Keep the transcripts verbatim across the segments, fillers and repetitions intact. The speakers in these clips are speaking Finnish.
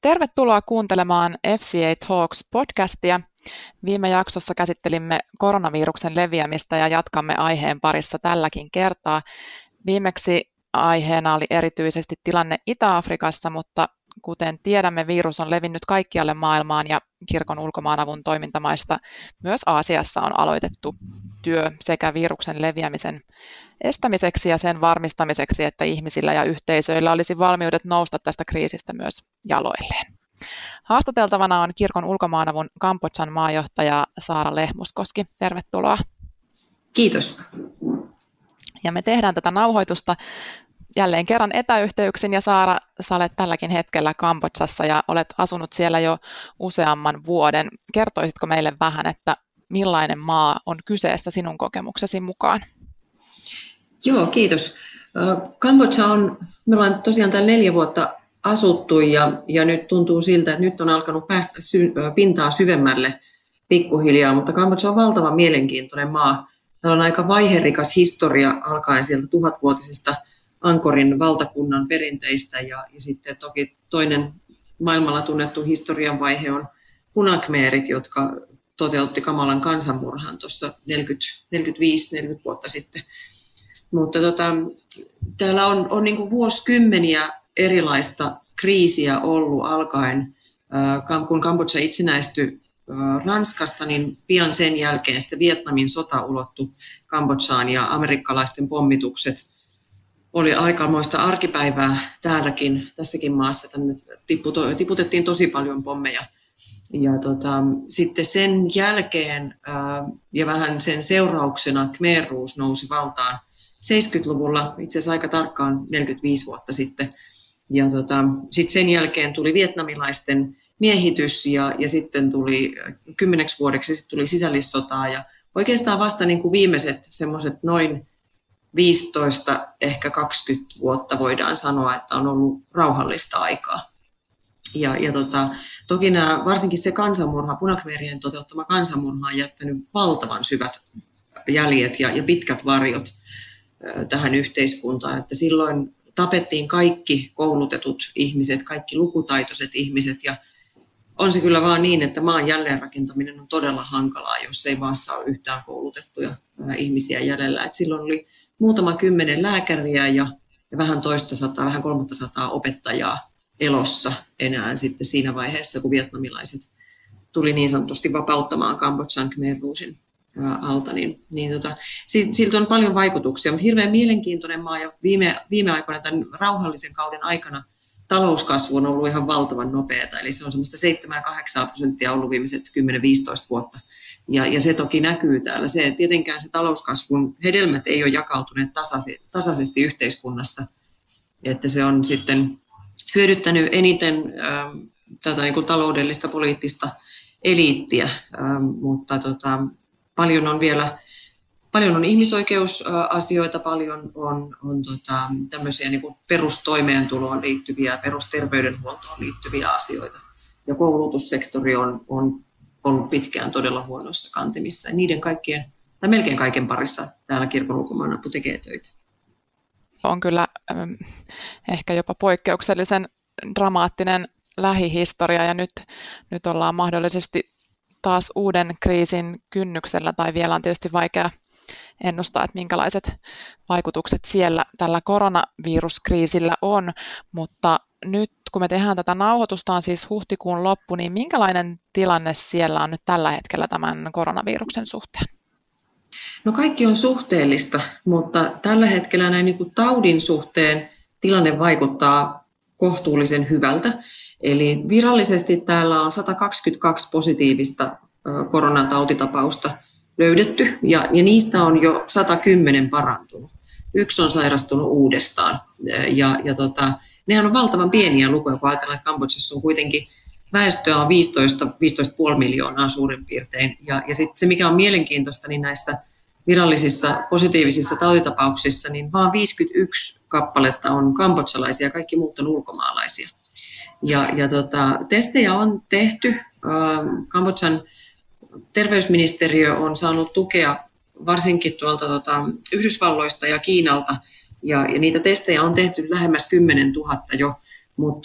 Tervetuloa kuuntelemaan F C A Talks-podcastia. Viime jaksossa käsittelimme koronaviruksen leviämistä ja jatkamme aiheen parissa tälläkin kertaa. Viimeksi aiheena oli erityisesti tilanne Itä-Afrikassa, mutta kuten tiedämme, virus on levinnyt kaikkialle maailmaan ja kirkon ulkomaanavun toimintamaista myös Aasiassa on aloitettu työ sekä viruksen leviämisen estämiseksi ja sen varmistamiseksi, että ihmisillä ja yhteisöillä olisi valmiudet nousta tästä kriisistä myös jaloilleen. Haastateltavana on kirkon ulkomaanavun Kambodžan maajohtaja Saara Lehmuskoski. Tervetuloa. Kiitos. Ja me tehdään tätä nauhoitusta jälleen kerran etäyhteyksin, ja Saara, sä olet tälläkin hetkellä Kambodžassa ja olet asunut siellä jo useamman vuoden. Kertoisitko meille vähän, että millainen maa on kyseessä sinun kokemuksesi mukaan? Joo, kiitos. Kambodža on, me ollaan tosiaan täällä neljä vuotta asuttu ja, ja nyt tuntuu siltä, että nyt on alkanut päästä sy- pintaa syvemmälle pikkuhiljaa, mutta Kambodža on valtavan mielenkiintoinen maa. Täällä on aika vaiherikas historia alkaen sieltä tuhatvuotisesta Angkorin valtakunnan perinteistä ja, ja sitten toki toinen maailmalla tunnettu historian vaihe on punakmeerit, jotka toteutti kamalan kansanmurhan tuossa neljäkymmentäviisi neljäkymmentä vuotta sitten. Mutta tota, täällä on, on niin kuin vuosikymmeniä erilaista kriisiä ollut alkaen, äh, kun Kambodža itsenäistyi äh, Ranskasta, niin pian sen jälkeen sitten Vietnamin sota ulottui Kambodžaan ja amerikkalaisten pommitukset oli aikamoista arkipäivää täälläkin, tässäkin maassa. Tänne tiputettiin tosi paljon pommeja. Ja tota, sitten sen jälkeen ää, ja vähän sen seurauksena Khmer Rouge nousi valtaan seitsemänkymmentäluvulla, itse asiassa aika tarkkaan neljäkymmentäviisi vuotta sitten. Ja tota, sitten sen jälkeen tuli vietnamilaisten miehitys ja, ja sitten tuli kymmeneksi vuodeksi sitten tuli sisällissotaa. Ja oikeastaan vasta niin kuin viimeiset semmoiset noin viisitoista, ehkä kaksikymmentä vuotta voidaan sanoa, että on ollut rauhallista aikaa. Ja, ja tota, toki nämä, varsinkin se kansanmurha, punakmeerien toteuttama kansanmurha on jättänyt valtavan syvät jäljet ja, ja pitkät varjot ö, tähän yhteiskuntaan. Että silloin tapettiin kaikki koulutetut ihmiset, kaikki lukutaitoiset ihmiset ja on se kyllä vaan niin, että maan jälleenrakentaminen on todella hankalaa, jos ei maassa ole yhtään koulutettuja ö, ihmisiä jäljellä. Et silloin oli muutama kymmenen lääkäriä ja, ja vähän toista sataa, vähän kolmatta sataa opettajaa elossa enää sitten siinä vaiheessa, kun vietnamilaiset tuli niin sanotusti vapauttamaan Kambodžan Khmer Rougen alta, niin, niin tota, siltä on paljon vaikutuksia, mutta hirveän mielenkiintoinen maa ja viime, viime aikoina tämän rauhallisen kauden aikana talouskasvu on ollut ihan valtavan nopeata, eli se on semmoista seitsemän kahdeksan prosenttia ollut viimeiset kymmenen viisitoista vuotta. Ja, ja se toki näkyy täällä. Se, tietenkään se talouskasvun hedelmät ei ole jakautuneet tasaisesti, tasaisesti yhteiskunnassa, että se on sitten hyödyttänyt eniten äh, tätä niin kuin taloudellista, poliittista eliittiä, äh, mutta tota, paljon on vielä paljon on ihmisoikeusasioita, paljon on, on tota, tämmöisiä niin kuin perustoimeentuloon liittyviä, perusterveydenhuoltoon liittyviä asioita. Ja koulutussektori on, on ollut pitkään todella huonoissa kantimissa. Ja niiden kaikkien, tai melkein kaiken parissa täällä kirkon ulkomaanapu tekee töitä. On kyllä ähm, ehkä jopa poikkeuksellisen dramaattinen lähihistoria ja nyt, nyt ollaan mahdollisesti taas uuden kriisin kynnyksellä tai vielä on tietysti vaikea ennustaa, että minkälaiset vaikutukset siellä tällä koronaviruskriisillä on, mutta nyt kun me tehdään tätä nauhoitusta on siis huhtikuun loppu, niin minkälainen tilanne siellä on nyt tällä hetkellä tämän koronaviruksen suhteen? No kaikki on suhteellista, mutta tällä hetkellä näin niin kuin taudin suhteen tilanne vaikuttaa kohtuullisen hyvältä. Eli virallisesti täällä on sata kaksikymmentäkaksi positiivista koronatautitapausta löydetty ja, ja niistä on jo sata kymmenen parantunut. Yksi on sairastunut uudestaan ja, ja tota, nehän on valtavan pieniä lukuja, kun ajatellaan, että Kambodžassa on kuitenkin väestöä on viisitoista pilkku viisi miljoonaa suurin piirtein. Ja, ja sitten se, mikä on mielenkiintoista, niin näissä virallisissa positiivisissa tautitapauksissa, niin vaan viisikymmentäyksi kappaletta on kambodžalaisia ja kaikki muut on ulkomaalaisia. Ja, ja tota, testejä on tehty. Kambodžan terveysministeriö on saanut tukea varsinkin tuolta tota, Yhdysvalloista ja Kiinalta. Ja, ja niitä testejä on tehty lähemmäs kymmenen tuhatta jo, mutta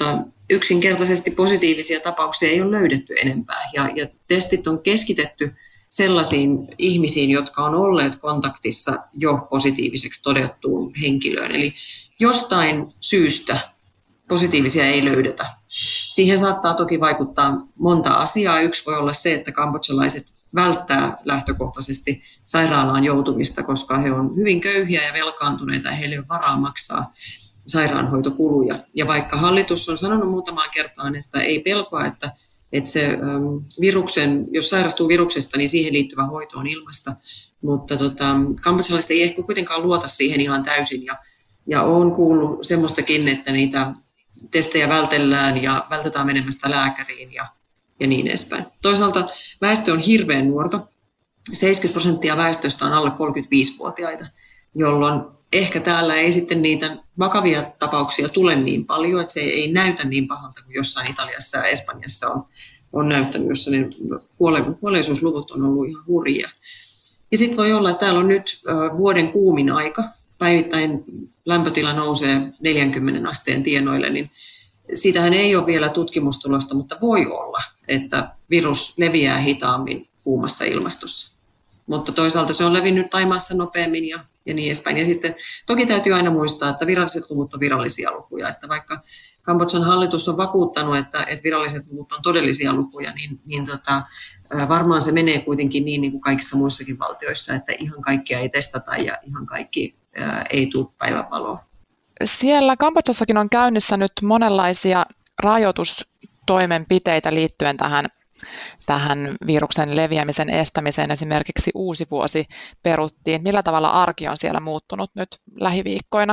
yksinkertaisesti positiivisia tapauksia ei ole löydetty enempää. Ja, ja testit on keskitetty sellaisiin ihmisiin, jotka on olleet kontaktissa jo positiiviseksi todettuun henkilöön. Eli jostain syystä positiivisia ei löydetä. Siihen saattaa toki vaikuttaa monta asiaa. Yksi voi olla se, että kambodžalaiset välttää lähtökohtaisesti sairaalaan joutumista, koska he on hyvin köyhiä ja velkaantuneita ja heille ei ole varaa maksaa sairaanhoitokuluja. Ja vaikka hallitus on sanonut muutamaan kertaan, että ei pelkoa, että, että se viruksen, jos sairastuu viruksesta, niin siihen liittyvä hoito on ilmasta. Mutta tota, kambodžalaiset ei ehkä kuitenkaan luota siihen ihan täysin. Ja, ja olen kuullut semmoistakin, että niitä testejä vältellään ja vältetään menemästä lääkäriin ja, ja niin edespäin. Toisaalta väestö on hirveän nuorta. seitsemänkymmentä prosenttia väestöstä on alle kolmekymmentäviisivuotiaita, jolloin ehkä täällä ei sitten niitä vakavia tapauksia tule niin paljon, että se ei näytä niin pahalta kuin jossain Italiassa ja Espanjassa on, on näyttänyt, jossa ne kuolleisuusluvut on ollut ihan hurjia. Ja sitten voi olla, että täällä on nyt vuoden kuumin aika, päivittäin lämpötila nousee neljänkymmenen asteen tienoille, niin siitähän ei ole vielä tutkimustulosta, mutta voi olla, että virus leviää hitaammin kuumassa ilmastossa. Mutta toisaalta se on levinnyt Thaimaassa nopeammin ja, ja niin edespäin. Ja sitten toki täytyy aina muistaa, että viralliset luvut on virallisia lukuja. Että vaikka Kambodžan hallitus on vakuuttanut, että, että viralliset luvut on todellisia lukuja, niin, niin tota, varmaan se menee kuitenkin niin, niin kuin kaikissa muissakin valtioissa, että ihan kaikkia ei testata ja ihan kaikki ää, ei tule päivänvaloa. Siellä Kambodžassakin on käynnissä nyt monenlaisia rajoitustoimenpiteitä liittyen tähän tähän viruksen leviämisen estämiseen. Esimerkiksi uusi vuosi peruttiin. Millä tavalla arki on siellä muuttunut nyt lähiviikkoina?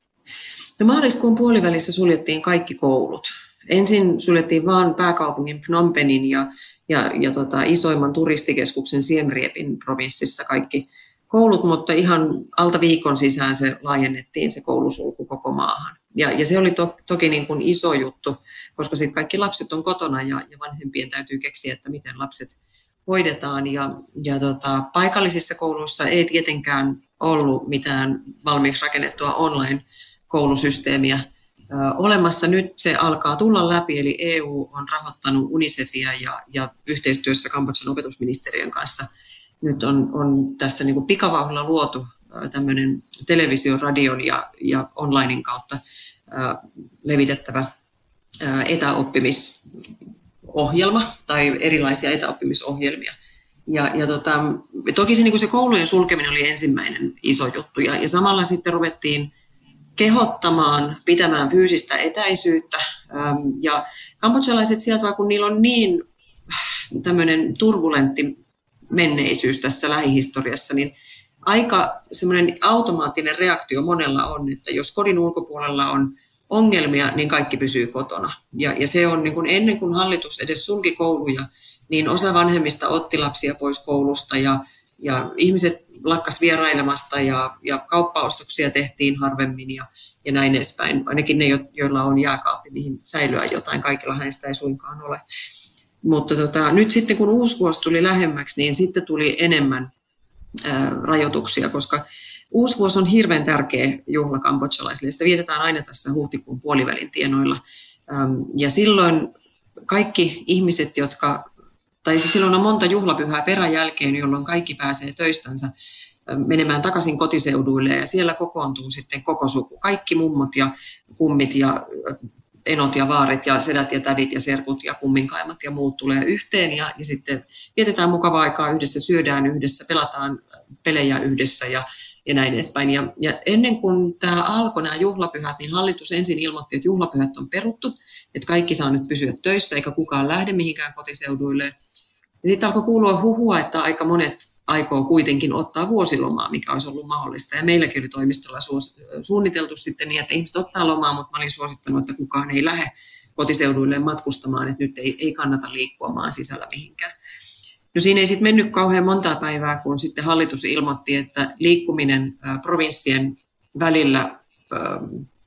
No, maariskuun puolivälissä suljettiin kaikki koulut. Ensin suljettiin vain pääkaupungin Phnom Penin ja, ja, ja tota, isoimman turistikeskuksen Siem Reapin provinssissa kaikki koulut, mutta ihan alta viikon sisään se laajennettiin se koulusulku koko maahan. Ja, ja se oli to, toki niin kuin iso juttu, koska sitten kaikki lapset on kotona ja, ja vanhempien täytyy keksiä, että miten lapset hoidetaan. Ja, ja tota, paikallisissa kouluissa ei tietenkään ollut mitään valmiiksi rakennettua online-koulusysteemiä ö, olemassa. Nyt se alkaa tulla läpi, eli E U on rahoittanut Unicefia ja, ja yhteistyössä Kambodžan opetusministeriön kanssa nyt on, on tässä niin kuin pikavauhdilla luotu tämmöinen television, radion ja, ja onlinein kautta ää, levitettävä ää, etäoppimisohjelma tai erilaisia etäoppimisohjelmia. Ja, ja tota, toki se, niin kuin se koulujen sulkeminen oli ensimmäinen iso juttu ja, ja samalla sitten ruvettiin kehottamaan pitämään fyysistä etäisyyttä. Ää, ja kambodžalaiset sieltä, kun niillä on niin tämmöinen turbulentti menneisyys tässä lähihistoriassa, niin aika semmoinen automaattinen reaktio monella on, että jos kodin ulkopuolella on ongelmia, niin kaikki pysyy kotona. Ja, ja se on niin kuin ennen kuin hallitus edes sulki kouluja, niin osa vanhemmista otti lapsia pois koulusta ja, ja ihmiset lakkas vierailemasta ja, ja kauppaostoksia tehtiin harvemmin ja, ja näin edespäin. Ainakin ne, joilla on jääkaappi, mihin säilyä jotain, kaikilla hänestä ei suinkaan ole. Mutta tota, nyt sitten kun uusi vuosi tuli lähemmäksi, niin sitten tuli enemmän ää, rajoituksia, koska uusi vuosi on hirveän tärkeä juhla kambodžalaisille. Sitä vietetään aina tässä huhtikuun puolivälin tienoilla. Ähm, ja silloin kaikki ihmiset, jotka, tai siis silloin on monta juhlapyhää peräjälkeen, jolloin kaikki pääsee töistänsä menemään takaisin kotiseuduille ja siellä kokoontuu sitten koko suku. Kaikki mummot ja kummit ja enot ja vaarit ja sedät ja tädit ja serkut ja kumminkaimat ja muut tulee yhteen ja, ja sitten vietetään mukavaa aikaa yhdessä, syödään yhdessä, pelataan pelejä yhdessä ja, ja näin edespäin. Ja, ja ennen kuin tämä alkoi nämä juhlapyhät, niin hallitus ensin ilmoitti, että juhlapyhät on peruttu, että kaikki saa nyt pysyä töissä eikä kukaan lähde mihinkään kotiseuduille. Ja sitten alkoi kuulua huhua, että aika monet aikoo kuitenkin ottaa vuosilomaa, mikä olisi ollut mahdollista. Ja meilläkin oli toimistolla suunniteltu sitten niin, että ihmiset ottaa lomaa, mutta mä olin suosittanut, että kukaan ei lähde kotiseuduille matkustamaan, että nyt ei, ei kannata liikkua maan sisällä mihinkään. No siinä ei sitten mennyt kauhean montaa päivää, kun sitten hallitus ilmoitti, että liikkuminen äh, provinssien välillä, äh,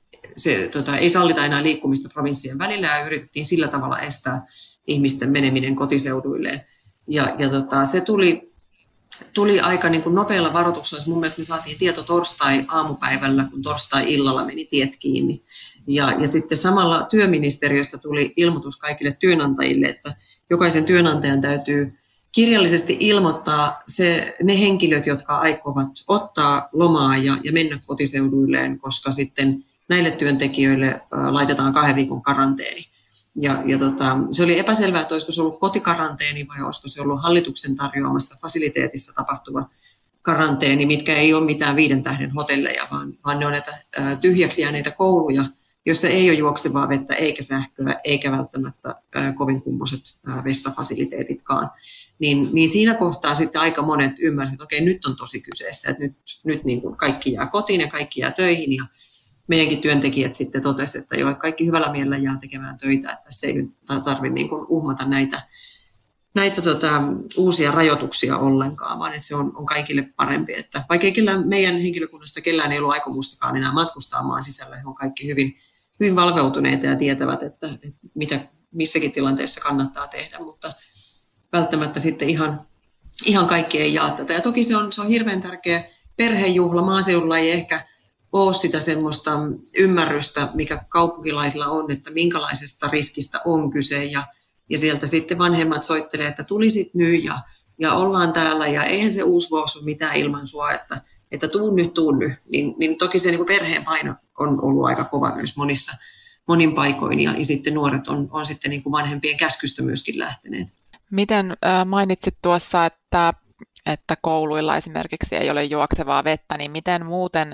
se, tota, ei sallita enää liikkumista provinssien välillä ja yritettiin sillä tavalla estää ihmisten meneminen kotiseuduilleen. Ja, ja tota, se tuli... Tuli aika niin kuin nopealla varoituksella. Mun mielestä me saatiin tieto torstai-aamupäivällä, kun torstai-illalla meni tiet kiinni. Ja, ja sitten samalla työministeriöstä tuli ilmoitus kaikille työnantajille, että jokaisen työnantajan täytyy kirjallisesti ilmoittaa se, ne henkilöt, jotka aikovat ottaa lomaa ja, ja mennä kotiseuduilleen, koska sitten näille työntekijöille laitetaan kahden viikon karanteeni. Ja, ja tota, se oli epäselvää, että olisiko se ollut kotikaranteeni vai olisiko se ollut hallituksen tarjoamassa fasiliteetissa tapahtuva karanteeni, mitkä ei ole mitään viiden tähden hotelleja, vaan, vaan ne on näitä tyhjäksi jääneitä kouluja, jossa ei ole juoksevaa vettä eikä sähköä eikä välttämättä kovin kummoiset vessafasiliteetitkaan. Niin, niin siinä kohtaa sitten aika monet ymmärsivät, että okei, nyt on tosi kyseessä, että nyt, nyt niin kuin kaikki jää kotiin ja kaikki jää töihin. Ja meidänkin työntekijät sitten totesivat, että joo, että kaikki hyvällä mielellä jää tekemään töitä, että se ei nyt tarvitse niin kuin uhmata näitä, näitä tota, uusia rajoituksia ollenkaan, vaan että se on, on kaikille parempi. Että vaikka kyllä meidän henkilökunnasta kellään ei ollut aikomustakaan enää matkustaa maan sisällä, he on kaikki hyvin, hyvin valveutuneita ja tietävät, että, että mitä missäkin tilanteessa kannattaa tehdä, mutta välttämättä sitten ihan, ihan kaikki ei jaa tätä. Ja toki se on, se on hirveän tärkeä perhejuhla. Maaseudulla ei ehkä ole sitä semmoista ymmärrystä, mikä kaupunkilaisilla on, että minkälaisesta riskistä on kyse. Ja, ja sieltä sitten vanhemmat soittelee, että tulisit nyt ja, ja ollaan täällä ja eihän se uusi vuosi ole mitään ilman sua, että, että tuu nyt, tuu nyt. Niin, niin toki se niin kuin perheen paino on ollut aika kova myös monissa, monin paikoin ja, ja sitten nuoret on, on sitten niin kuin vanhempien käskystä myöskin lähteneet. Miten äh, mainitsit tuossa, että, että kouluilla esimerkiksi ei ole juoksevaa vettä, niin miten muuten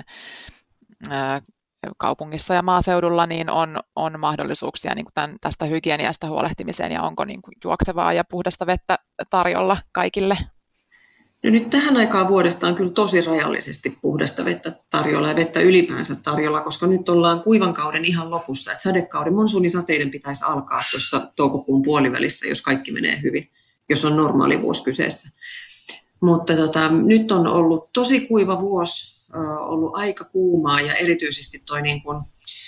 äh, kaupungissa ja maaseudulla niin on, on mahdollisuuksia niin kuin tämän, tästä hygieniasta huolehtimiseen ja onko niin kuin juoksevaa ja puhdasta vettä tarjolla kaikille? No nyt tähän aikaan vuodesta on kyllä tosi rajallisesti puhdasta vettä tarjolla ja vettä ylipäänsä tarjolla, koska nyt ollaan kuivan kauden ihan lopussa. Et sadekauden monsuunisateiden pitäisi alkaa tuossa toukokuun puolivälissä, jos kaikki menee hyvin, jos on normaali vuosi kyseessä. Mutta tota, nyt on ollut tosi kuiva vuosi, äh, ollut aika kuumaa ja erityisesti toi niin kun,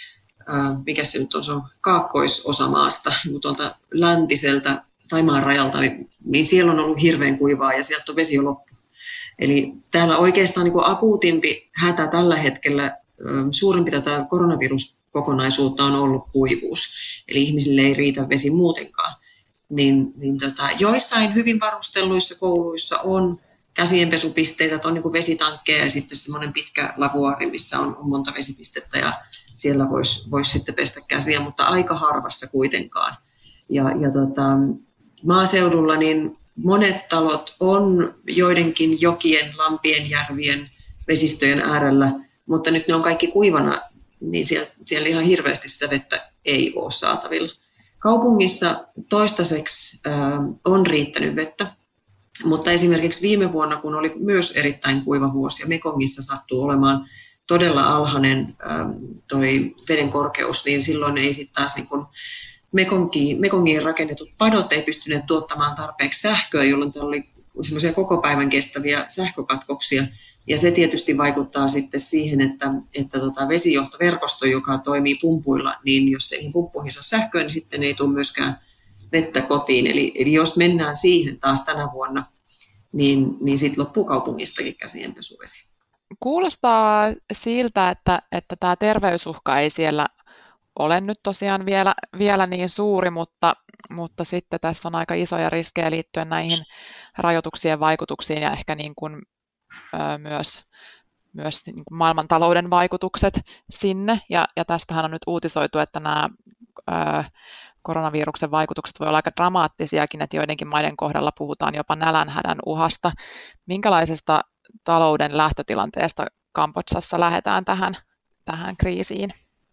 äh, mikä se nyt on, se on kaakkoisosa maasta, niin tuolta läntiseltä Saimaan rajalta, niin, niin siellä on ollut hirveän kuivaa ja sieltä on vesi jo loppu. Eli täällä oikeastaan niin kuin akuutimpi hätä tällä hetkellä, suurempi tätä koronaviruskokonaisuutta on ollut kuivuus. Eli ihmisille ei riitä vesi muutenkaan. Niin, niin tota, joissain hyvin varustelluissa kouluissa on käsienpesupisteitä, on niin kuin vesitankkeja ja sitten semmoinen pitkä lavuaari, missä on, on monta vesipistettä ja siellä voisi vois sitten pestä käsiä, mutta aika harvassa kuitenkaan. Ja, ja tota, maaseudulla niin monet talot on joidenkin jokien, lampien, järvien, vesistöjen äärellä, mutta nyt ne on kaikki kuivana, niin siellä, siellä ihan hirveästi sitä vettä ei ole saatavilla. Kaupungissa toistaiseksi äh, on riittänyt vettä, mutta esimerkiksi viime vuonna, kun oli myös erittäin kuiva vuosi ja Mekongissa sattuu olemaan todella alhainen äh, toi veden korkeus, niin silloin ei sitten taas niin kun Mekongiin, Mekongiin rakennetut padot ei pystyneet tuottamaan tarpeeksi sähköä, jolloin täällä oli semmoisia koko päivän kestäviä sähkökatkoksia. Ja se tietysti vaikuttaa sitten siihen, että, että tota vesijohtoverkosto, joka toimii pumpuilla, niin jos ei pumppuihin saa sähköä, niin sitten ei tule myöskään vettä kotiin. Eli, eli jos mennään siihen taas tänä vuonna, niin, niin sitten loppuu kaupungistakin käsienpesuvesi. Kuulostaa siltä, että, että tämä terveysuhka ei siellä ole nyt tosiaan vielä, vielä niin suuri, mutta, mutta sitten tässä on aika isoja riskejä liittyen näihin rajoituksien vaikutuksiin ja ehkä niin kuin, ö, myös, myös niin kuin maailmantalouden vaikutukset sinne. Ja, ja tästähän on nyt uutisoitu, että nämä ö, koronaviruksen vaikutukset voi olla aika dramaattisiakin, että joidenkin maiden kohdalla puhutaan jopa nälänhädän uhasta. Minkälaisesta talouden lähtötilanteesta Kambodsassa lähdetään tähän, tähän kriisiin?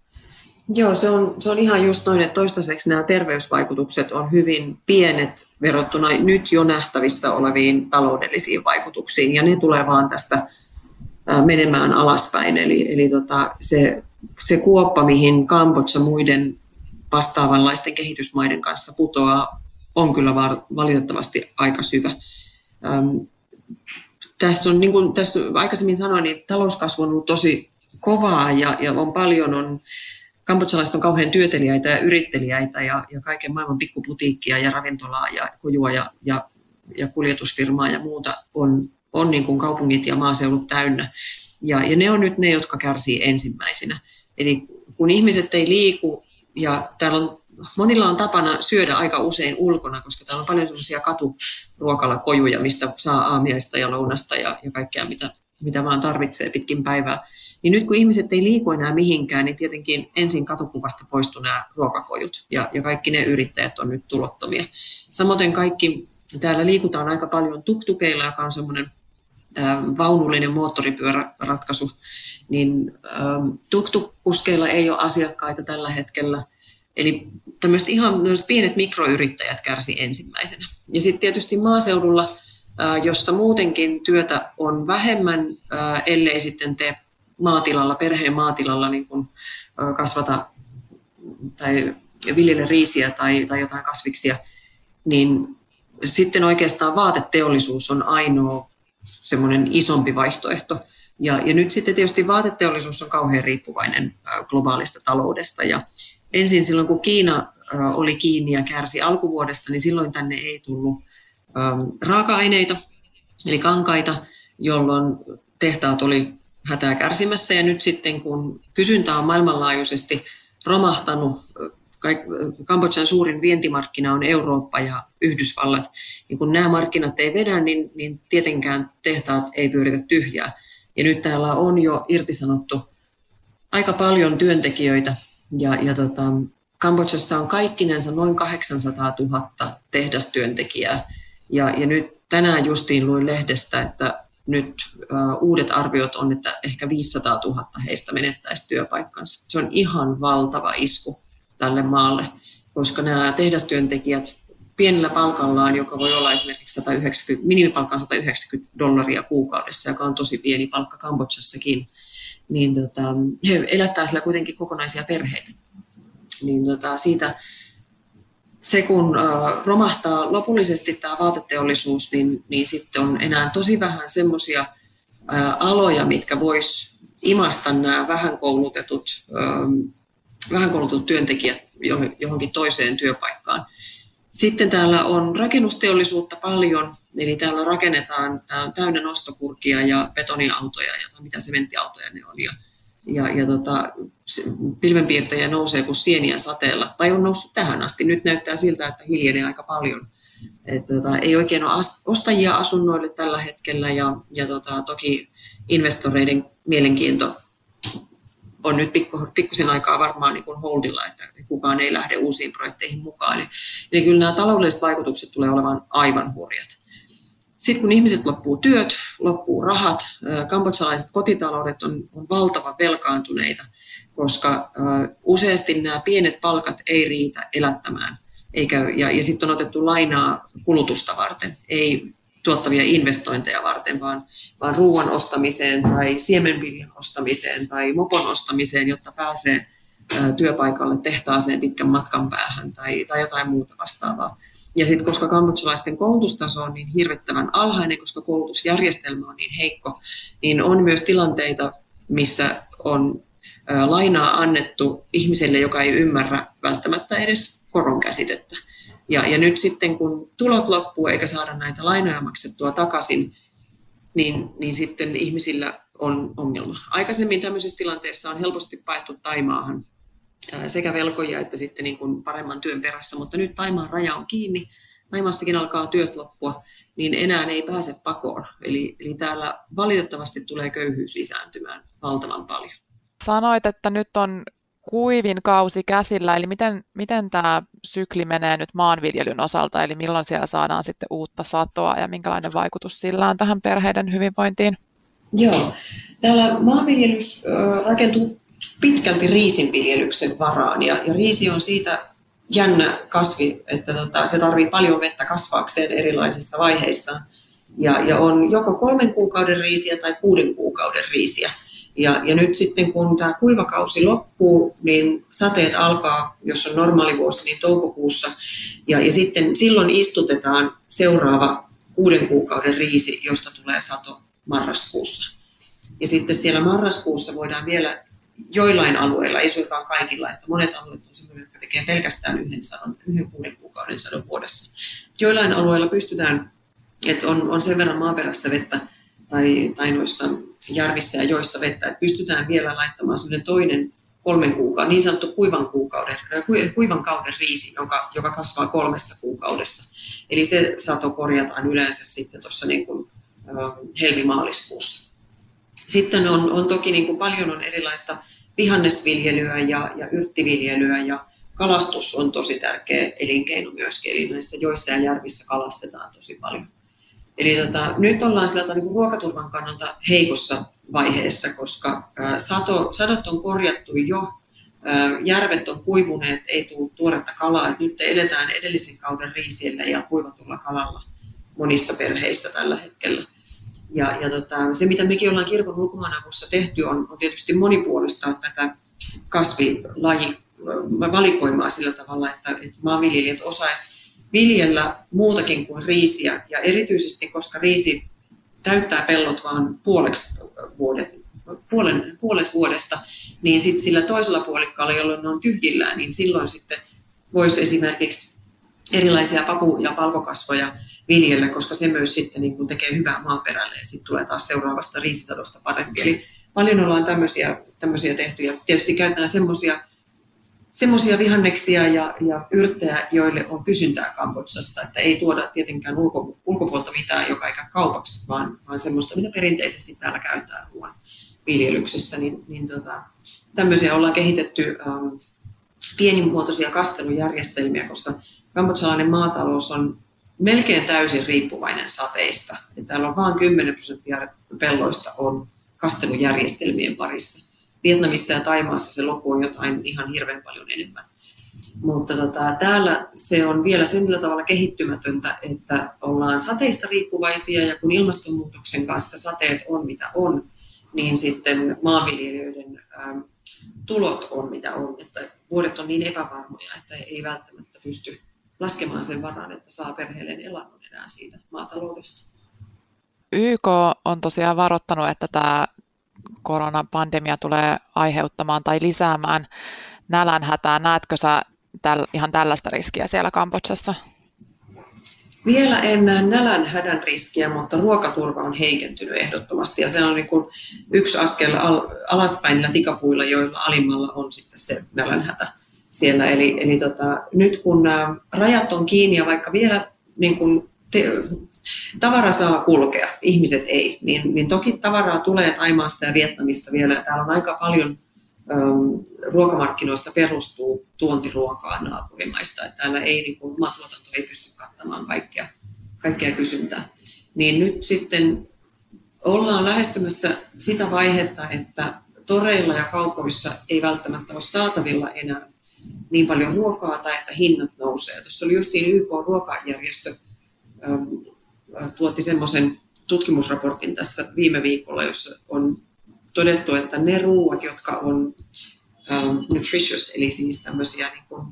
Joo, se on, se on ihan just noin, että toistaiseksi nämä terveysvaikutukset on hyvin pienet verrattuna nyt jo nähtävissä oleviin taloudellisiin vaikutuksiin, ja ne tulee vaan tästä menemään alaspäin. Eli, eli tota, se, se kuoppa, mihin Kambodža muiden vastaavanlaisten kehitysmaiden kanssa putoaa, on kyllä valitettavasti aika syvä. Ähm, tässä on, niin kuin tässä aikaisemmin sanoin, niin talouskasvu on ollut tosi kovaa ja, ja on paljon on kambodžalaiset on kauhean työteliäitä ja yritteliäitä ja, ja kaiken maailman pikkuputiikkia ja ravintolaa ja kujua ja, ja, ja kuljetusfirmaa ja muuta on, on niin kuin kaupungit ja maaseulut täynnä. Ja, ja ne on nyt ne, jotka kärsii ensimmäisenä. Eli kun ihmiset ei liiku ja täällä on, monilla on tapana syödä aika usein ulkona, koska täällä on paljon sellaisia katuruokalakojuja, mistä saa aamiaista ja lounasta ja, ja kaikkea, mitä, mitä vaan tarvitsee pitkin päivää. Niin nyt kun ihmiset ei liiku enää mihinkään, niin tietenkin ensin katukuvasta poistui nämä ruokakojut ja, ja kaikki ne yrittäjät on nyt tulottomia. Samoin kaikki, täällä liikutaan aika paljon tuktukeilla, joka on semmoinen vaunullinen moottoripyöräratkaisu, niin tuktukuskeilla ei ole asiakkaita tällä hetkellä. Eli tämmöiset ihan pienet mikroyrittäjät kärsi ensimmäisenä. Ja sitten tietysti maaseudulla, jossa muutenkin työtä on vähemmän, ellei sitten tee maatilalla, perheen maatilalla niin kun kasvata tai viljele riisiä tai, tai jotain kasviksia, niin sitten oikeastaan vaateteollisuus on ainoa semmoinen isompi vaihtoehto. Ja, ja nyt sitten tietysti vaateteollisuus on kauhean riippuvainen globaalista taloudesta. Ja ensin silloin, kun Kiina oli kiinni ja kärsi alkuvuodesta, niin silloin tänne ei tullut raaka-aineita, eli kankaita, jolloin tehtaat oli hätää kärsimässä. Ja nyt sitten, kun kysyntä on maailmanlaajuisesti romahtanut, Kambodžan suurin vientimarkkina on Eurooppa ja Yhdysvallat. Ja kun nämä markkinat ei vedä, niin, niin tietenkään tehtaat ei pyöritä tyhjää. Ja nyt täällä on jo irtisanottu aika paljon työntekijöitä. Ja, ja tota, Kambodžassa on kaikkinensa noin kahdeksansataatuhatta tehdastyöntekijää. Ja, ja nyt tänään justiin luin lehdestä, että nyt uh, uudet arviot on, että ehkä viisisataatuhatta heistä menettäisi työpaikkansa. Se on ihan valtava isku tälle maalle, koska nämä tehdastyöntekijät pienellä palkallaan, joka voi olla esimerkiksi sata yhdeksänkymmentä, minimipalkka on sata yhdeksänkymmentä dollaria kuukaudessa, joka on tosi pieni palkka Kambodžassakin, niin tota, he elättää sillä kuitenkin kokonaisia perheitä. Niin tota, siitä se, kun uh, romahtaa lopullisesti tämä vaateteollisuus, niin, niin sitten on enää tosi vähän semmoisia uh, aloja, mitkä vois imasta nämä vähän koulutetut uh, vähän koulutetut työntekijät johonkin toiseen työpaikkaan. Sitten täällä on rakennusteollisuutta paljon, eli täällä rakennetaan, tää on täynnä nostokurkia ja betoniautoja ja mitä sementtiautoja ne on. Ja, ja, ja tota, pilvenpiirtejä nousee kuin sieniä sateella, tai on noussut tähän asti. Nyt näyttää siltä, että hiljenee aika paljon. Et, tota, ei oikein ole ostajia asunnoille tällä hetkellä, ja, ja tota, toki investoreiden mielenkiinto on nyt pikku, pikkusen aikaa varmaan niin kuin holdilla, että kukaan ei lähde uusiin projekteihin mukaan. Eli, eli kyllä nämä taloudelliset vaikutukset tulee olemaan aivan hurjat. Sitten kun ihmiset loppuu työt, loppuu rahat, kambodžalaiset kotitaloudet on, on valtavan velkaantuneita, koska uh, useasti nämä pienet palkat ei riitä elättämään. Eikä, ja ja sitten on otettu lainaa kulutusta varten, ei tuottavia investointeja varten, vaan, vaan ruoan ostamiseen tai siemenviljan ostamiseen tai mopon ostamiseen, jotta pääsee ä, työpaikalle tehtaaseen pitkän matkan päähän tai, tai jotain muuta vastaavaa. Ja sitten koska kambodžalaisten koulutustaso on niin hirvittävän alhainen, koska koulutusjärjestelmä on niin heikko, niin on myös tilanteita, missä on ä, lainaa annettu ihmiselle, joka ei ymmärrä välttämättä edes koron käsitettä. Ja, ja nyt sitten kun tulot loppuu eikä saada näitä lainoja maksettua takaisin, niin, niin sitten ihmisillä on ongelma. Aikaisemmin tämmöisessä tilanteessa on helposti paettu Taimaahan sekä velkoja että sitten niin kuin paremman työn perässä, mutta nyt Taimaan raja on kiinni, Taimaassakin alkaa työt loppua, niin enää ei pääse pakoon. Eli, eli täällä valitettavasti tulee köyhyys lisääntymään valtavan paljon. Sanoit, että nyt on kuivin kausi käsillä, eli miten, miten tämä sykli menee nyt maanviljelyn osalta, eli milloin siellä saadaan sitten uutta satoa ja minkälainen vaikutus sillä on tähän perheiden hyvinvointiin? Joo, täällä maanviljelys rakentuu pitkälti riisinviljelyksen varaan ja, ja riisi on siitä jännä kasvi, että tota, se tarvitsee paljon vettä kasvaakseen erilaisissa vaiheissa ja, ja on joko kolmen kuukauden riisiä tai kuuden kuukauden riisiä. Ja, ja nyt sitten kun tämä kuivakausi loppuu, niin sateet alkaa, jos on normaali vuosi, niin toukokuussa. Ja, ja sitten silloin istutetaan seuraava kuuden kuukauden riisi, josta tulee sato marraskuussa. Ja sitten siellä marraskuussa voidaan vielä joillain alueilla, ei suinkaan kaikilla, että monet alueet on sellaisia, jotka tekee pelkästään yhden, sadon, yhden kuuden kuukauden sadon vuodessa. Joillain alueilla pystytään, että on, on sen verran maaperässä vettä tai, tai noissa järvissä ja joissa vettä, että pystytään vielä laittamaan sellainen toinen kolmen kuukauden, niin sanottu kuivan, kuukauden, kuivan kauden riisi, joka, joka kasvaa kolmessa kuukaudessa. Eli se sato korjataan yleensä sitten tuossa niin kuin helmimaaliskuussa. Sitten on, on toki niin kuin paljon on erilaista vihannesviljelyä ja, ja yrttiviljelyä ja kalastus on tosi tärkeä elinkeino myöskin, eli näissä joissa ja järvissä kalastetaan tosi paljon. Eli tota, nyt ollaan sieltä niin kuin ruokaturvan kannalta heikossa vaiheessa, koska ää, sato, sadot on korjattu jo, ää, järvet on kuivuneet, ei tule tuoretta kalaa, että nyt eletään edellisen kauden riisillä ja kuivatulla kalalla monissa perheissä tällä hetkellä. Ja, ja tota, se, mitä mekin ollaan kirkon ulkomaanavussa tehty, on, on tietysti monipuolistaa tätä kasvilajivalikoimaa sillä tavalla, että, että maanviljelijät osaisivat viljellä muutakin kuin riisiä. Ja erityisesti, koska riisi täyttää pellot vain puoleksi vuodet, puolen, puolet vuodesta, niin sit sillä toisella puolikkaalla, jolloin ne on tyhjillään, niin silloin sitten voisi esimerkiksi erilaisia papu- ja palkokasvoja viljellä, koska se myös sitten niin kun tekee hyvää maaperälle ja sitten tulee taas seuraavasta riisisadosta parempi. Eli paljon ollaan tämmöisiä, tämmöisiä tehty ja tietysti käytetään semmoisia semmoisia vihanneksia ja, ja yrttejä, joille on kysyntää Kambodsassa, että ei tuoda tietenkään ulko, ulkopuolta mitään, joka ei käy kaupaksi, vaan, vaan semmoista, mitä perinteisesti täällä käytetään ruoan viljelyksessä. Niin, niin tota, tämmöisiä ollaan kehitetty ähm, pienimuotoisia kastelujärjestelmiä, koska kambodsalainen maatalous on melkein täysin riippuvainen sateista. Ja täällä on vain kymmenen prosenttia pelloista on kastelujärjestelmien parissa. Vietnamissa ja Thaimaassa se luku on jotain ihan hirveän paljon enemmän. Mutta tota, täällä se on vielä sillä tavalla kehittymätöntä, että ollaan sateista riippuvaisia ja kun ilmastonmuutoksen kanssa sateet on mitä on, niin sitten maanviljelijöiden ähm, tulot on mitä on. Että vuodet on niin epävarmoja, että ei välttämättä pysty laskemaan sen varaan, että saa perheelleen elannon enää siitä maataloudesta. Y K on tosiaan varoittanut, että tämä koronapandemia tulee aiheuttamaan tai lisäämään nälänhätää. Näetkö sä täl, ihan tällaista riskiä siellä Kambodsassa? Vielä en näe nälänhädän riskiä, mutta ruokaturva on heikentynyt ehdottomasti. Ja se on niin kuin yksi askel al, alaspäin niillä tikapuilla, joilla alimmalla on sitten se nälänhätä siellä. Eli, eli tota, nyt kun nämä rajat on kiinni ja vaikka vielä niin kuin te, tavara saa kulkea, ihmiset ei, niin, niin toki tavaraa tulee Thaimaasta ja Vietnamista vielä. Täällä on aika paljon äm, ruokamarkkinoista perustuu tuontiruokaan naapurimaista. Että täällä ei, niin kuin, oma tuotanto ei pysty kattamaan kaikkea, kaikkea kysyntää. Niin nyt sitten ollaan lähestymässä sitä vaihetta, että toreilla ja kaupoissa ei välttämättä ole saatavilla enää niin paljon ruokaa tai että hinnat nousee. Tuossa oli justiin Y K-ruokajärjestö äm, tuotti semmoisen tutkimusraportin tässä viime viikolla, jossa on todettu, että ne ruuat, jotka on um, nutritious, eli siis tämmöisiä niin kuin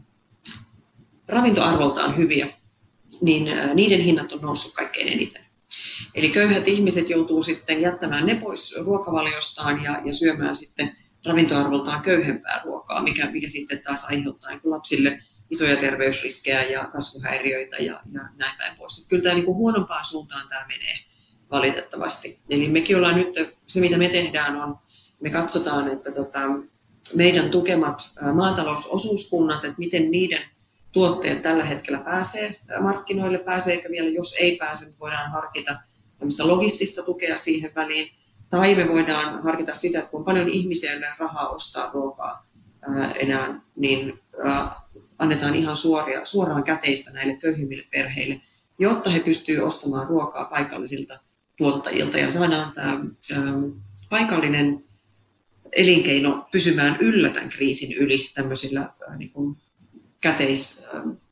ravintoarvoltaan hyviä, niin uh, niiden hinnat on noussut kaikkein eniten. Eli köyhät ihmiset joutuu sitten jättämään ne pois ruokavaliostaan ja, ja syömään sitten ravintoarvoltaan köyhempää ruokaa, mikä, mikä sitten taas aiheuttaa niin kuin lapsille isoja terveysriskejä ja kasvuhäiriöitä ja, ja näin päin pois. Että kyllä tämä niin kuin huonompaan suuntaan tämä menee valitettavasti. Eli mekin ollaan nyt, se mitä me tehdään on, me katsotaan, että tota, meidän tukemat maatalousosuuskunnat, että miten niiden tuotteet tällä hetkellä pääsee markkinoille, pääseekö vielä, jos ei pääse, me voidaan harkita tämmöistä logistista tukea siihen väliin, tai me voidaan harkita sitä, että kun paljon ihmisiä ei rahaa ostaa ruokaa ää, enää, niin ää, annetaan ihan suoria, suoraan käteistä näille köyhimmille perheille, jotta he pystyvät ostamaan ruokaa paikallisilta tuottajilta ja saadaan tämä ähm, paikallinen elinkeino pysymään yllä tämän kriisin yli tämmöisillä äh, niin kuin käteis,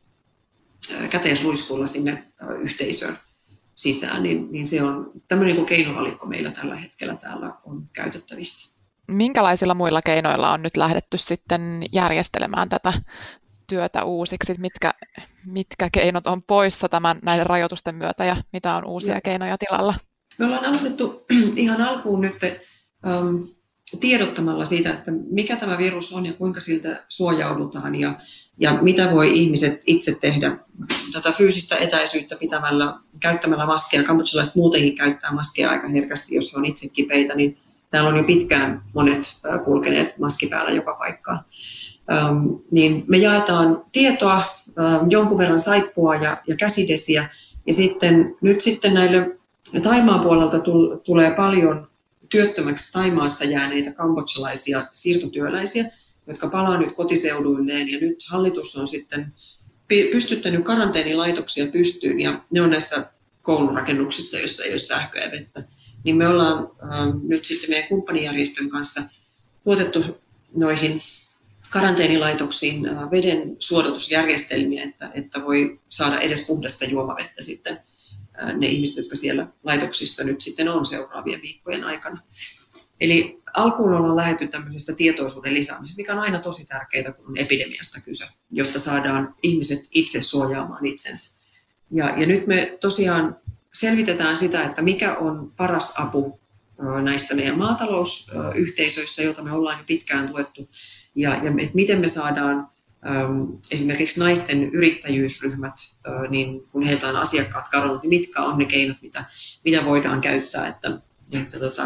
äh, käteisluiskuilla sinne äh, yhteisöön sisään, niin, niin se on tämmöinen niin kuin keinovalikko meillä tällä hetkellä täällä on käytettävissä. Minkälaisilla muilla keinoilla on nyt lähdetty sitten järjestelemään tätä työtä uusiksi? Mitkä, mitkä keinot on poissa tämän, näiden rajoitusten myötä ja mitä on uusia ja. keinoja tilalla? Me ollaan aloitettu ihan alkuun nyt ähm, tiedottamalla siitä, että mikä tämä virus on ja kuinka siltä suojaudutaan ja, ja mitä voi ihmiset itse tehdä tätä fyysistä etäisyyttä pitämällä, käyttämällä maskeja. Kambodžalaiset muutenkin käyttää maskeja aika herkästi, jos he on itse kipeitä, niin täällä on jo pitkään monet kulkeneet maski päällä joka paikkaan. Ähm, niin me jaetaan tietoa, ähm, jonkun verran saippua ja, ja käsidesiä, ja sitten, nyt sitten näille Thaimaan puolelta tull, tulee paljon työttömäksi Thaimaassa jääneitä kambodsalaisia siirtotyöläisiä, jotka palaa nyt kotiseuduilleen, ja nyt hallitus on sitten pystyttänyt karanteenilaitoksia pystyyn, ja ne on näissä koulurakennuksissa, joissa ei ole sähköä ja vettä. Niin me ollaan ähm, nyt sitten meidän kumppanijärjestön kanssa tuotettu noihin karanteenilaitoksiin äh, veden suodatusjärjestelmiä, että, että voi saada edes puhdasta juomavettä sitten äh, ne ihmiset, jotka siellä laitoksissa nyt sitten on seuraavien viikkojen aikana. Eli alkuun ollaan lähdetty tämmöisestä tietoisuuden lisäämisestä, mikä on aina tosi tärkeää, kun on epidemiasta kyse, jotta saadaan ihmiset itse suojaamaan itsensä. Ja, ja nyt me tosiaan selvitetään sitä, että mikä on paras apu näissä meidän maatalousyhteisöissä, joita me ollaan jo pitkään tuettu, ja, ja että miten me saadaan äm, esimerkiksi naisten yrittäjyysryhmät, äh, niin kun heiltä on asiakkaat kadonnut, niin mitkä on ne keinot, mitä, mitä voidaan käyttää, että, että tota,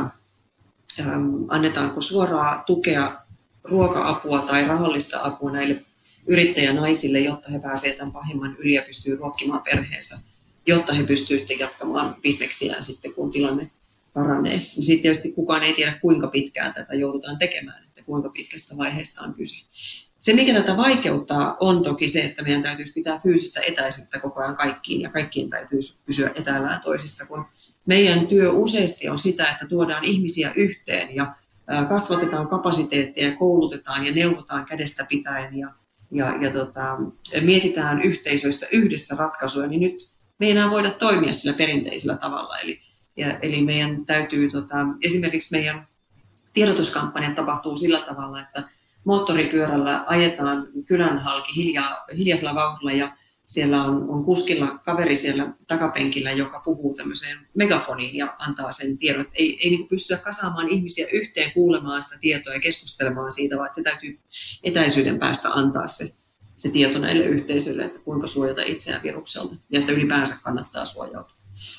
äm, annetaanko suoraa tukea, ruoka-apua tai rahallista apua näille yrittäjänaisille, jotta he pääsevät tämän pahimman yli ja pystyvät ruokkimaan perheensä, jotta he pystyvät sitten jatkamaan bisneksiään sitten, kun tilanne paranee. Sitten tietysti kukaan ei tiedä, kuinka pitkään tätä joudutaan tekemään, että kuinka pitkästä vaiheesta on kyse. Se, mikä tätä vaikeuttaa, on toki se, että meidän täytyisi pitää fyysistä etäisyyttä koko ajan kaikkiin, ja kaikkien täytyisi pysyä etäällään toisista, kun meidän työ useasti on sitä, että tuodaan ihmisiä yhteen ja kasvatetaan kapasiteettia ja koulutetaan ja neuvotaan kädestä pitäen ja, ja, ja tota, mietitään yhteisöissä yhdessä ratkaisuja, niin nyt me ei enää voida toimia sillä perinteisellä tavalla. Eli, ja, eli meidän täytyy, tota, esimerkiksi meidän tiedotuskampanjat tapahtuu sillä tavalla, että moottoripyörällä ajetaan kylän halki hiljaa, hiljaisella vauhdilla ja siellä on, on kuskilla kaveri siellä takapenkillä, joka puhuu tämmöiseen megafoniin ja antaa sen tiedon. Ei, ei niin pystytä kasaamaan ihmisiä yhteen kuulemaan sitä tietoa ja keskustelemaan siitä, vaan se täytyy etäisyyden päästä antaa se, se tieto näille yhteisöille, että kuinka suojata itseään virukselta ja että ylipäänsä kannattaa suojautua.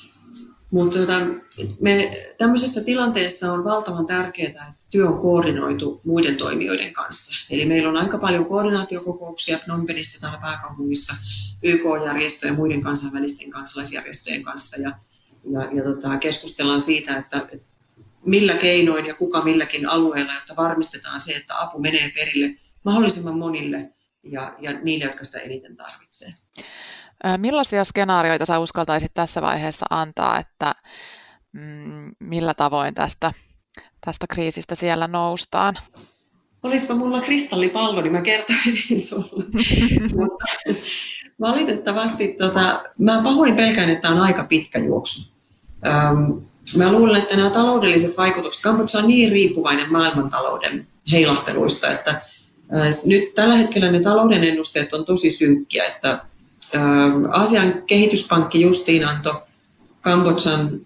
Mutta tota, me tämmöisessä tilanteessa on valtavan tärkeää, että työ on koordinoitu muiden toimijoiden kanssa. Eli meillä on aika paljon koordinaatiokokouksia Phnom Penhissä täällä pääkaupungissa Y K-järjestöjen ja muiden kansainvälisten kansalaisjärjestöjen kanssa. Ja, ja, ja tota, keskustellaan siitä, että, että millä keinoin ja kuka milläkin alueella, jotta varmistetaan se, että apu menee perille mahdollisimman monille ja, ja niille, jotka sitä eniten tarvitsee. Millaisia skenaarioita sä uskaltaisit tässä vaiheessa antaa, että mm, millä tavoin tästä, tästä kriisistä siellä noustaan? Olisipa mulla kristallipallo, niin mä kertoisin sulle. Mutta valitettavasti tota, mä pahoin pelkään, että tämä on aika pitkä juoksu. Öm, mä luulen, että nämä taloudelliset vaikutukset, Kambodža on niin riippuvainen maailmantalouden heilahteluista, että ä, nyt tällä hetkellä ne talouden ennusteet on tosi synkkiä, että Aasian kehityspankki justiin antoi Kambodžan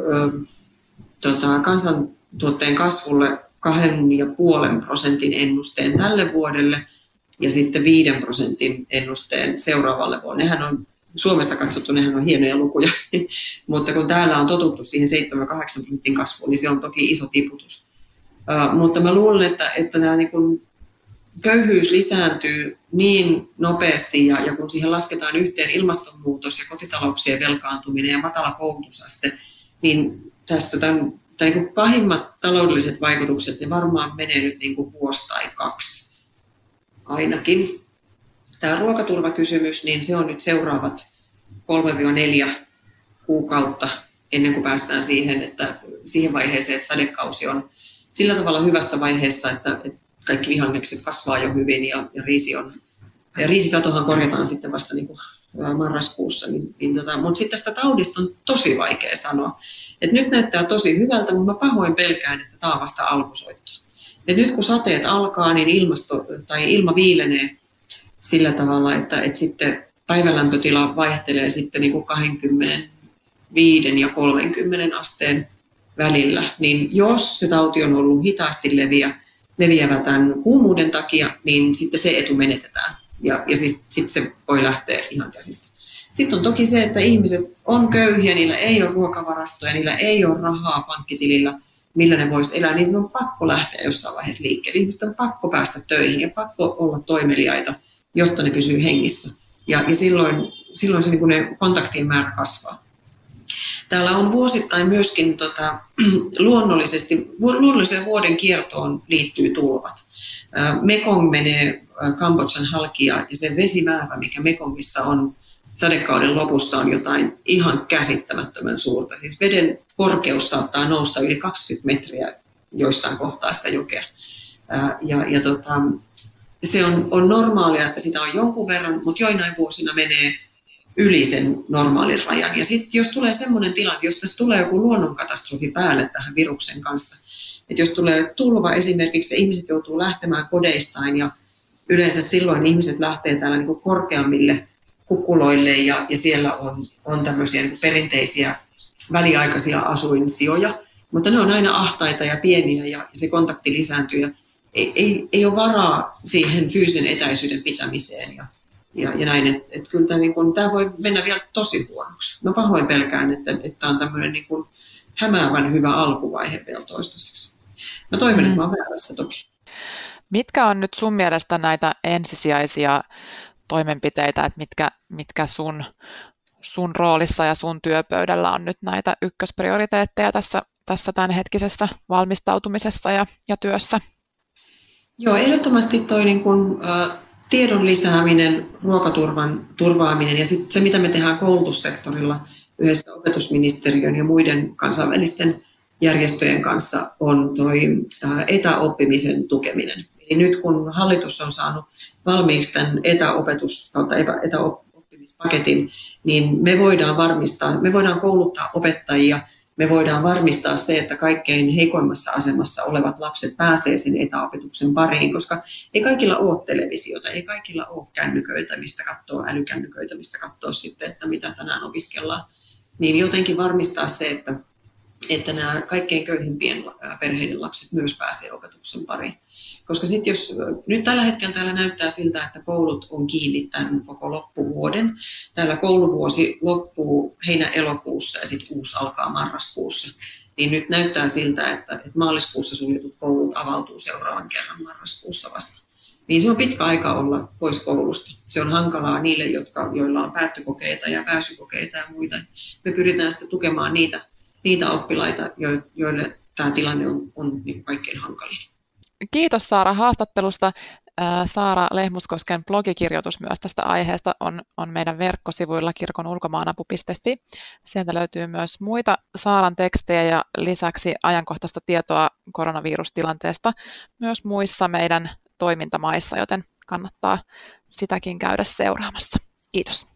tota, kansantuotteen kasvulle kahden ja puolen prosentin ennusteen tälle vuodelle ja sitten viiden prosentin ennusteen seuraavalle vuodelle. Nehän on Suomesta katsottu, nehän on hienoja lukuja, mutta kun täällä on totuttu siihen seitsemän kahdeksan prosentin kasvuun, niin se on toki iso tiputus. Uh, mutta mä luulen, että, että nämä niin kuin köyhyys lisääntyy niin nopeasti ja, ja kun siihen lasketaan yhteen ilmastonmuutos ja kotitalouksien velkaantuminen ja matala koulutusaste, niin tässä tämän, tämän niin kuin pahimmat taloudelliset vaikutukset, ne varmaan menee nyt niin kuin vuosi tai kaksi ainakin. Tämä ruokaturvakysymys, niin se on nyt seuraavat kolme neljä kuukautta ennen kuin päästään siihen, että, siihen vaiheeseen, että sadekausi on sillä tavalla hyvässä vaiheessa, että, että kaikki vihannekset kasvaa jo hyvin ja, ja, riisi on, ja riisisatohan korjataan sitten vasta niin kuin marraskuussa. Niin, niin tota, mutta sitten tästä taudista on tosi vaikea sanoa. Et nyt näyttää tosi hyvältä, mutta mä pahoin pelkään, että tämä on vasta alkusoitto. Et nyt kun sateet alkaa, niin ilmasto, tai ilma viilenee sillä tavalla, että, että sitten päivälämpötila vaihtelee sitten niin kuin kaksikymmentäviisi ja kolmekymmentä asteen välillä. Niin jos se tauti on ollut hitaasti leviä, leviävä tämän kuumuuden takia, niin sitten se etu menetetään ja, ja sitten sit se voi lähteä ihan käsistä. Sitten on toki se, että ihmiset on köyhiä, niillä ei ole ruokavarastoja, niillä ei ole rahaa pankkitilillä millä ne vois elää, niin on pakko lähteä jossain vaiheessa liikkeelle. Ihmiset on pakko päästä töihin ja pakko olla toimeliaita, jotta ne pysyy hengissä. Ja, ja silloin, silloin se, niin kuin ne kontaktien määrä kasvaa. Täällä on vuosittain myöskin tota, luonnollisesti, luonnolliseen vuoden kiertoon liittyy tulvat. Mekong menee Kambodžan halki ja se vesimäärä, mikä Mekongissa on sadekauden lopussa, on jotain ihan käsittämättömän suurta. Siis veden korkeus saattaa nousta yli kaksikymmentä metriä joissain kohtaa sitä jokea. Ja, ja tota, se on, on normaalia, että sitä on jonkun verran, mutta joinain vuosina menee yli sen normaalin rajan. Ja sitten jos tulee semmoinen tilanne, jos tässä tulee joku luonnonkatastrofi päälle tähän viruksen kanssa, että jos tulee tulva esimerkiksi ja ihmiset joutuu lähtemään kodeistaan ja yleensä silloin ihmiset lähtee täällä niin kuin korkeammille kukkuloille ja, ja siellä on, on tämmöisiä niin kuin perinteisiä väliaikaisia asuinsijoja, mutta ne on aina ahtaita ja pieniä ja se kontakti lisääntyy ja ei, ei, ei ole varaa siihen fyysisen etäisyyden pitämiseen ja, ja, ja näin, että et kyllä tämä, niin kuin, tämä voi mennä vielä tosi huonoksi. Mä pahoin pelkään, että, että tämä on tämmöinen niin kuin hämäävän hyvä alkuvaihe vielä toistaiseksi. Mä toivon, että mä oon väärässä toki. Mitkä on nyt sun mielestä näitä ensisijaisia toimenpiteitä, että mitkä, mitkä sun, sun roolissa ja sun työpöydällä on nyt näitä ykkösprioriteetteja tässä, tässä tämänhetkisessä valmistautumisessa ja, ja työssä? Joo, ehdottomasti toi niin kun, ä, tiedon lisääminen, ruokaturvan turvaaminen ja sit se, mitä me tehdään koulutussektorilla yhdessä opetusministeriön ja muiden kansainvälisten järjestöjen kanssa, on toi ä, etäoppimisen tukeminen. Eli nyt kun hallitus on saanut valmiiksi tämän etäopetus- kautta etäoppimispaketin, niin me voidaan varmistaa, me voidaan kouluttaa opettajia, me voidaan varmistaa se, että kaikkein heikoimmassa asemassa olevat lapset pääsee sen etäopetuksen pariin, koska ei kaikilla ole televisiota, ei kaikilla ole kännyköitä, mistä katsoo, älykännyköitä, mistä katsoo sitten, että mitä tänään opiskellaan. Niin jotenkin varmistaa se, että, että nämä kaikkein köyhimpien perheiden lapset myös pääsee opetuksen pariin. Koska sit jos, nyt tällä hetkellä täällä näyttää siltä, että koulut on kiinni tämän koko loppuvuoden. Täällä kouluvuosi loppuu heinä-elokuussa ja sitten uusi alkaa marraskuussa. Niin nyt näyttää siltä, että, että maaliskuussa suljetut koulut avautuu seuraavan kerran marraskuussa vasta. Niin se on pitkä aika olla pois koulusta. Se on hankalaa niille, jotka, joilla on päättökokeita ja pääsykokeita ja muita. Me pyritään sitten tukemaan niitä, niitä oppilaita, joille tämä tilanne on, on niin kaikkein hankalin. Kiitos Saara haastattelusta. Saara Lehmuskosken blogikirjoitus myös tästä aiheesta on, on meidän verkkosivuilla kirkonulkomaanapu piste fi. Sieltä löytyy myös muita Saaran tekstejä ja lisäksi ajankohtaista tietoa koronavirustilanteesta myös muissa meidän toimintamaissa, joten kannattaa sitäkin käydä seuraamassa. Kiitos.